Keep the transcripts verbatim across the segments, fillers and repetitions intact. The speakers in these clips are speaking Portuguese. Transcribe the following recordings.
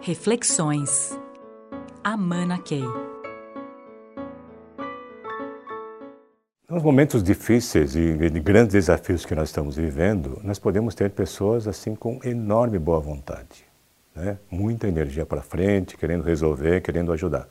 Reflexões. Amana Key. Nos momentos difíceis e de grandes desafios que nós estamos vivendo, nós podemos ter pessoas assim com enorme boa vontade, né? Muita energia para frente, querendo resolver, querendo ajudar.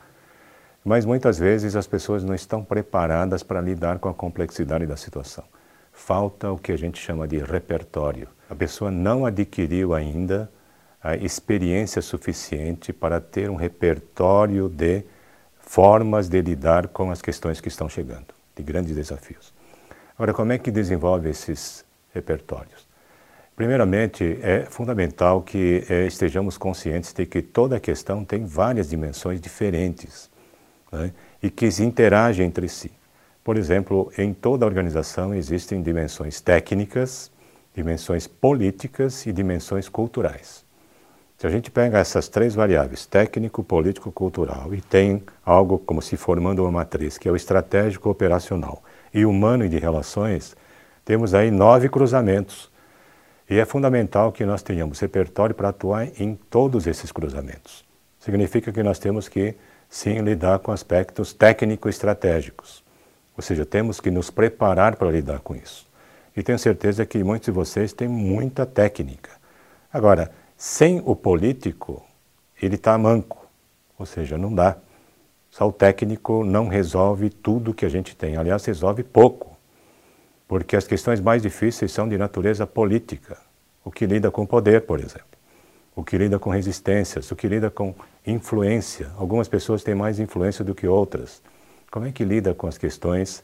Mas muitas vezes as pessoas não estão preparadas para lidar com a complexidade da situação. Falta o que a gente chama de repertório. A pessoa não adquiriu ainda a experiência suficiente para ter um repertório de formas de lidar com as questões que estão chegando, de grandes desafios. Agora, como é que desenvolve esses repertórios? Primeiramente, é fundamental que é, estejamos conscientes de que toda questão tem várias dimensões diferentes, né, e que se interagem entre si. Por exemplo, em toda organização existem dimensões técnicas, dimensões políticas e dimensões culturais. Se a gente pega essas três variáveis, técnico, político, cultural, e tem algo como se formando uma matriz, que é o estratégico operacional, e humano e de relações, temos aí nove cruzamentos. E é fundamental que nós tenhamos repertório para atuar em todos esses cruzamentos. Significa que nós temos que, sim, lidar com aspectos técnico-estratégicos. Ou seja, temos que nos preparar para lidar com isso. E tenho certeza que muitos de vocês têm muita técnica. Agora, sem o político, ele está manco. Ou seja, não dá. Só o técnico não resolve tudo que a gente tem. Aliás, resolve pouco. Porque as questões mais difíceis são de natureza política. O que lida com poder, por exemplo. O que lida com resistências, o que lida com influência. Algumas pessoas têm mais influência do que outras. Como é que lida com as questões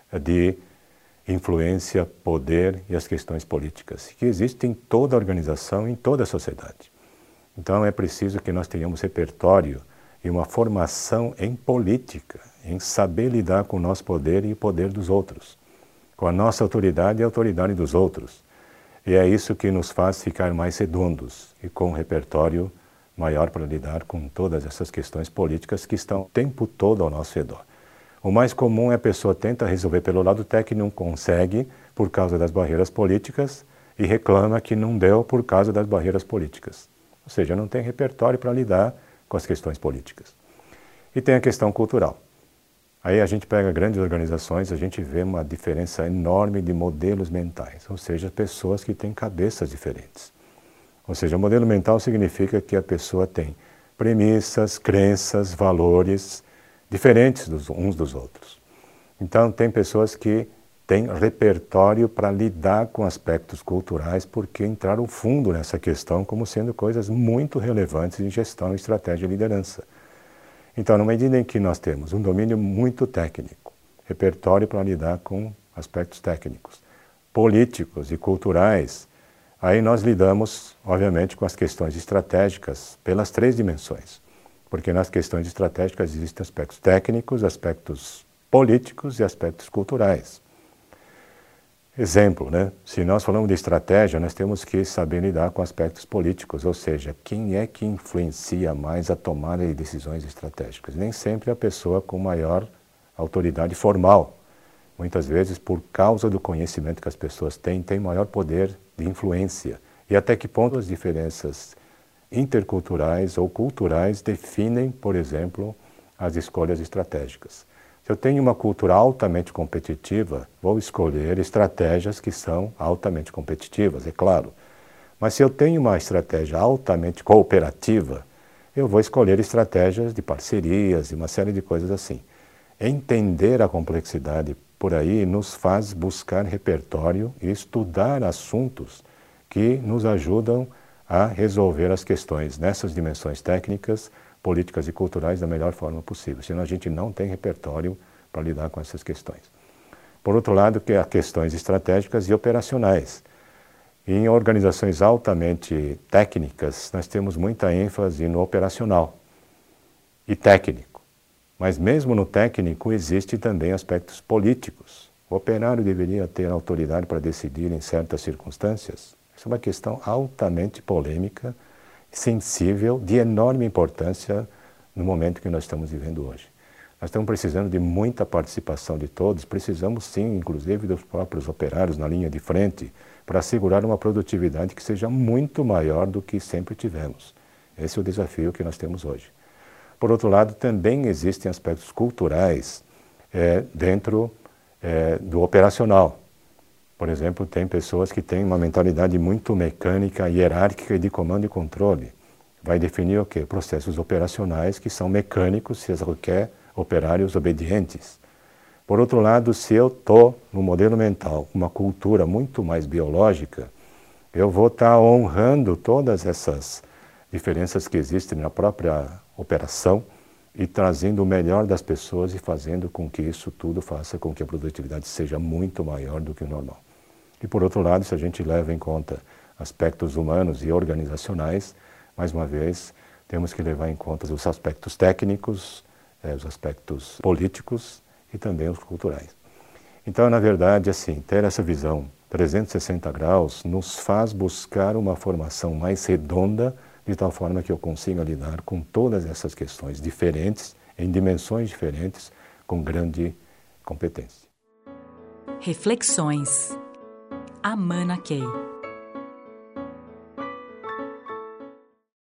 de influência, poder e as questões políticas, que existem em toda a organização, em toda a sociedade. Então é preciso que nós tenhamos repertório e uma formação em política, em saber lidar com o nosso poder e o poder dos outros, com a nossa autoridade e a autoridade dos outros. E é isso que nos faz ficar mais redondos e com um repertório maior para lidar com todas essas questões políticas que estão o tempo todo ao nosso redor. O mais comum é a pessoa tenta resolver pelo lado técnico, não consegue por causa das barreiras políticas e reclama que não deu por causa das barreiras políticas. Ou seja, não tem repertório para lidar com as questões políticas. E tem a questão cultural. Aí a gente pega grandes organizações, a gente vê uma diferença enorme de modelos mentais, ou seja, pessoas que têm cabeças diferentes. Ou seja, o modelo mental significa que a pessoa tem premissas, crenças, valores diferentes dos, uns dos outros. Então, tem pessoas que têm repertório para lidar com aspectos culturais porque entraram fundo nessa questão como sendo coisas muito relevantes em gestão, estratégia e liderança. Então, na medida em que nós temos um domínio muito técnico, repertório para lidar com aspectos técnicos, políticos e culturais, aí nós lidamos, obviamente, com as questões estratégicas pelas três dimensões. Porque nas questões estratégicas existem aspectos técnicos, aspectos políticos e aspectos culturais. Exemplo, né? Se nós falamos de estratégia, nós temos que saber lidar com aspectos políticos, ou seja, quem é que influencia mais a tomada de decisões estratégicas? Nem sempre a pessoa com maior autoridade formal. Muitas vezes, por causa do conhecimento que as pessoas têm, tem maior poder de influência. E até que ponto as diferenças interculturais ou culturais definem, por exemplo, as escolhas estratégicas. Se eu tenho uma cultura altamente competitiva, vou escolher estratégias que são altamente competitivas, é claro. Mas se eu tenho uma estratégia altamente cooperativa, eu vou escolher estratégias de parcerias e uma série de coisas assim. Entender a complexidade por aí nos faz buscar repertório e estudar assuntos que nos ajudam a resolver as questões nessas dimensões técnicas, políticas e culturais da melhor forma possível. Senão a gente não tem repertório para lidar com essas questões. Por outro lado, que há questões estratégicas e operacionais. Em organizações altamente técnicas, nós temos muita ênfase no operacional e técnico. Mas mesmo no técnico existem também aspectos políticos. O operário deveria ter autoridade para decidir em certas circunstâncias. Isso é uma questão altamente polêmica, sensível, de enorme importância no momento que nós estamos vivendo hoje. Nós estamos precisando de muita participação de todos, precisamos sim, inclusive, dos próprios operários na linha de frente, para assegurar uma produtividade que seja muito maior do que sempre tivemos. Esse é o desafio que nós temos hoje. Por outro lado, também existem aspectos culturais é, dentro é, do operacional. Por exemplo, tem pessoas que têm uma mentalidade muito mecânica, hierárquica e de comando e controle. Vai definir o quê? Processos operacionais que são mecânicos, se requer operários obedientes. Por outro lado, se eu estou no modelo mental, uma cultura muito mais biológica, eu vou estar honrando todas essas diferenças que existem na própria operação e trazendo o melhor das pessoas e fazendo com que isso tudo faça com que a produtividade seja muito maior do que o normal. E por outro lado, se a gente leva em conta aspectos humanos e organizacionais, mais uma vez, temos que levar em conta os aspectos técnicos, eh, os aspectos políticos e também os culturais. Então, na verdade, assim, ter essa visão trezentos e sessenta graus nos faz buscar uma formação mais redonda, de tal forma que eu consiga lidar com todas essas questões diferentes, em dimensões diferentes, com grande competência. Reflexões. Amana Key.